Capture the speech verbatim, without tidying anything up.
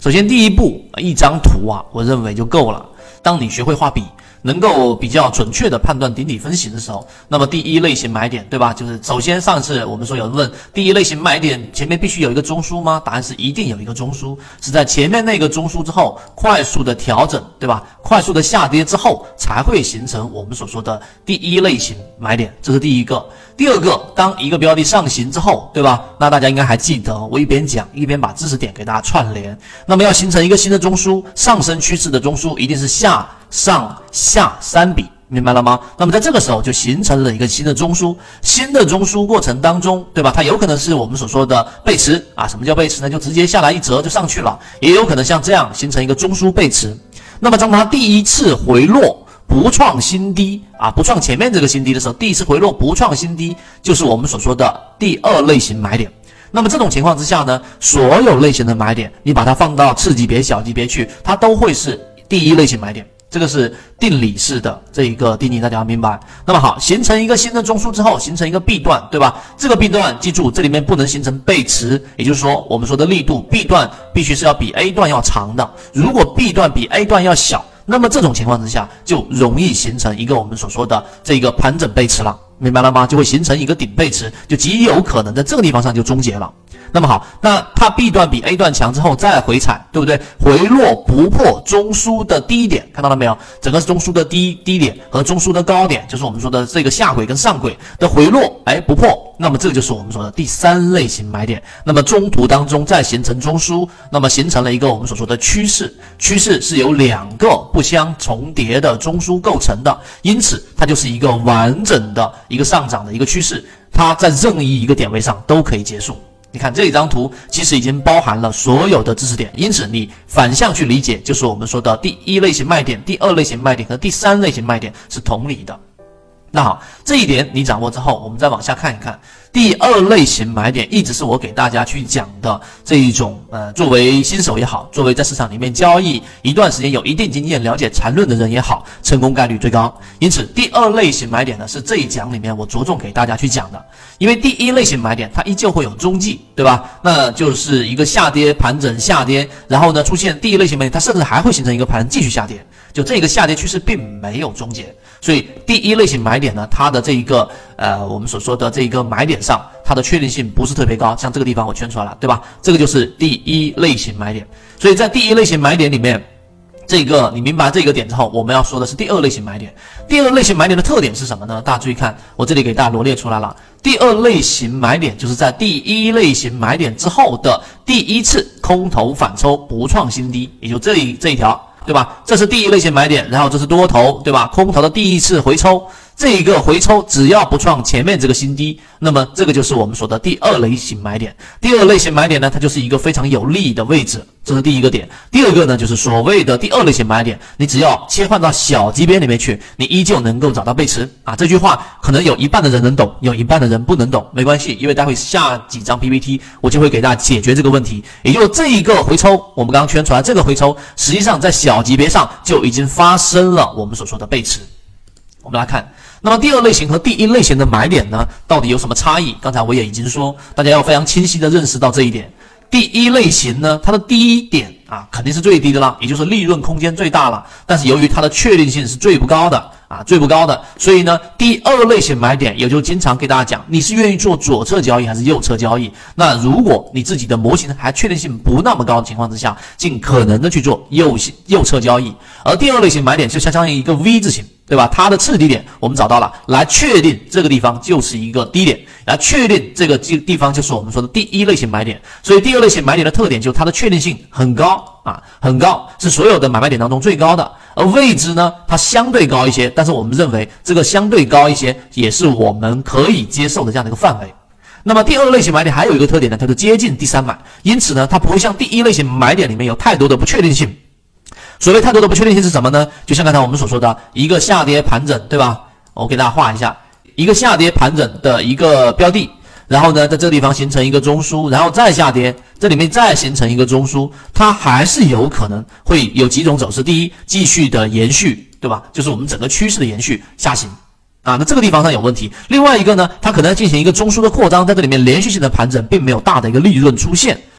首先第一步，一张图啊，我认为就够了。当你学会画笔，能够比较准确的判断顶底分型的时候，那么第一类型买点，对吧？就是首先上次我们说有人问第一类型买点前面必须有一个中枢吗？答案是一定有一个中枢，是在前面那个中枢之后快速的调整，对吧？快速的下跌之后才会形成我们所说的第一类型买点，这是第一个。第二个，当一个标的上行之后，对吧？那大家应该还记得，我一边讲一边把知识点给大家串联。那么要形成一个新的中枢，上升趋势的中枢一定是下上下三笔，明白了吗？那么在这个时候就形成了一个新的中枢。新的中枢过程当中，对吧？它有可能是我们所说的背驰啊。什么叫背驰呢？就直接下来一折就上去了，也有可能像这样形成一个中枢背驰。那么当它第一次回落不创新低啊，不创前面这个新低的时候，第一次回落不创新低，就是我们所说的第二类型买点。那么这种情况之下呢，所有类型的买点，你把它放到次级别、小级别去，它都会是第一类型买点。这个是定理式的这一个定义，大家要明白。那么好，形成一个新的中枢之后，形成一个 B 段，对吧？这个 B 段记住，这里面不能形成背驰，也就是说，我们说的力度 B 段必须是要比 A 段要长的。如果 B 段比 A 段要小，那么这种情况之下就容易形成一个我们所说的这个盘整背驰了，明白了吗？就会形成一个顶背驰，就极有可能在这个地方上就终结了。那么好，那它 B 段比 A 段强之后再回踩，对不对？回落不破中枢的低点，看到了没有？整个中枢的低低点和中枢的高点，就是我们说的这个下轨跟上轨的回落，哎，不破，那么这个就是我们说的第三类型买点。那么中途当中再形成中枢，那么形成了一个我们所说的趋势，趋势是由两个不相重叠的中枢构成的，因此它就是一个完整的一个上涨的一个趋势，它在任意一个点位上都可以结束。你看这一张图其实已经包含了所有的知识点，因此你反向去理解，就是我们说的第一类型卖点、第二类型卖点和第三类型卖点是同理的。那好，这一点你掌握之后，我们再往下看一看。第二类型买点一直是我给大家去讲的这一种，呃，作为新手也好，作为在市场里面交易一段时间有一定经验、了解缠论的人也好，成功概率最高。因此，第二类型买点呢是这一讲里面我着重给大家去讲的。因为第一类型买点它依旧会有中继，对吧？那就是一个下跌盘整下跌，然后呢出现第一类型买点，它甚至还会形成一个盘继续下跌，就这个下跌趋势并没有终结。所以第一类型买点呢，它的这一个呃我们所说的这一个买点上，它的确定性不是特别高，像这个地方我圈出来了，对吧？这个就是第一类型买点。所以在第一类型买点里面，这个你明白这个点之后，我们要说的是第二类型买点。第二类型买点的特点是什么呢？大家注意看，我这里给大家罗列出来了。第二类型买点就是在第一类型买点之后的第一次空头反抽不创新低，也就这一这一条，对吧？这是第一类型买点，然后这是多头，对吧？空头的第一次回抽，这一个回抽只要不创前面这个新低，那么这个就是我们说的第二类型买点。第二类型买点呢，它就是一个非常有利的位置，这是第一个点。第二个呢，就是所谓的第二类型买点，你只要切换到小级别里面去，你依旧能够找到背驰啊。这句话可能有一半的人能懂，有一半的人不能懂，没关系，因为待会下几张 P P T 我就会给大家解决这个问题。也就是这一个回抽，我们刚刚圈出来这个回抽，实际上在小级别上就已经发生了我们所说的背驰。我们来看，那么第二类型和第一类型的买点呢，到底有什么差异？刚才我也已经说，大家要非常清晰的认识到这一点。第一类型呢，它的低点啊肯定是最低的了，也就是利润空间最大了，但是由于它的确定性是最不高的啊，最不高的，所以呢，第二类型买点也就经常给大家讲，你是愿意做左侧交易还是右侧交易？那如果你自己的模型还确定性不那么高的情况之下，尽可能的去做右右侧交易。而第二类型买点就相当于一个 V 字形，对吧？它的次低点我们找到了，来确定这个地方就是一个低点，来确定这个地方就是我们说的第一类型买点。所以第二类型买点的特点就是它的确定性很高啊，很高，是所有的买卖点当中最高的。而位置呢，它相对高一些，但是我们认为这个相对高一些也是我们可以接受的这样的一个范围。那么第二类型买点还有一个特点呢，它就接近第三买，因此呢，它不会像第一类型买点里面有太多的不确定性。所谓太多的不确定性是什么呢？就像刚才我们所说的一个下跌盘整，对吧？我给大家画一下，一个下跌盘整的一个标的，然后呢，在这个地方形成一个中枢，然后再下跌，这里面再形成一个中枢，它还是有可能会有几种走势。第一，继续的延续，对吧？就是我们整个趋势的延续下行啊，那这个地方上有问题。另外一个呢，它可能进行一个中枢的扩张，在这里面连续性的盘整，并没有大的一个利润出现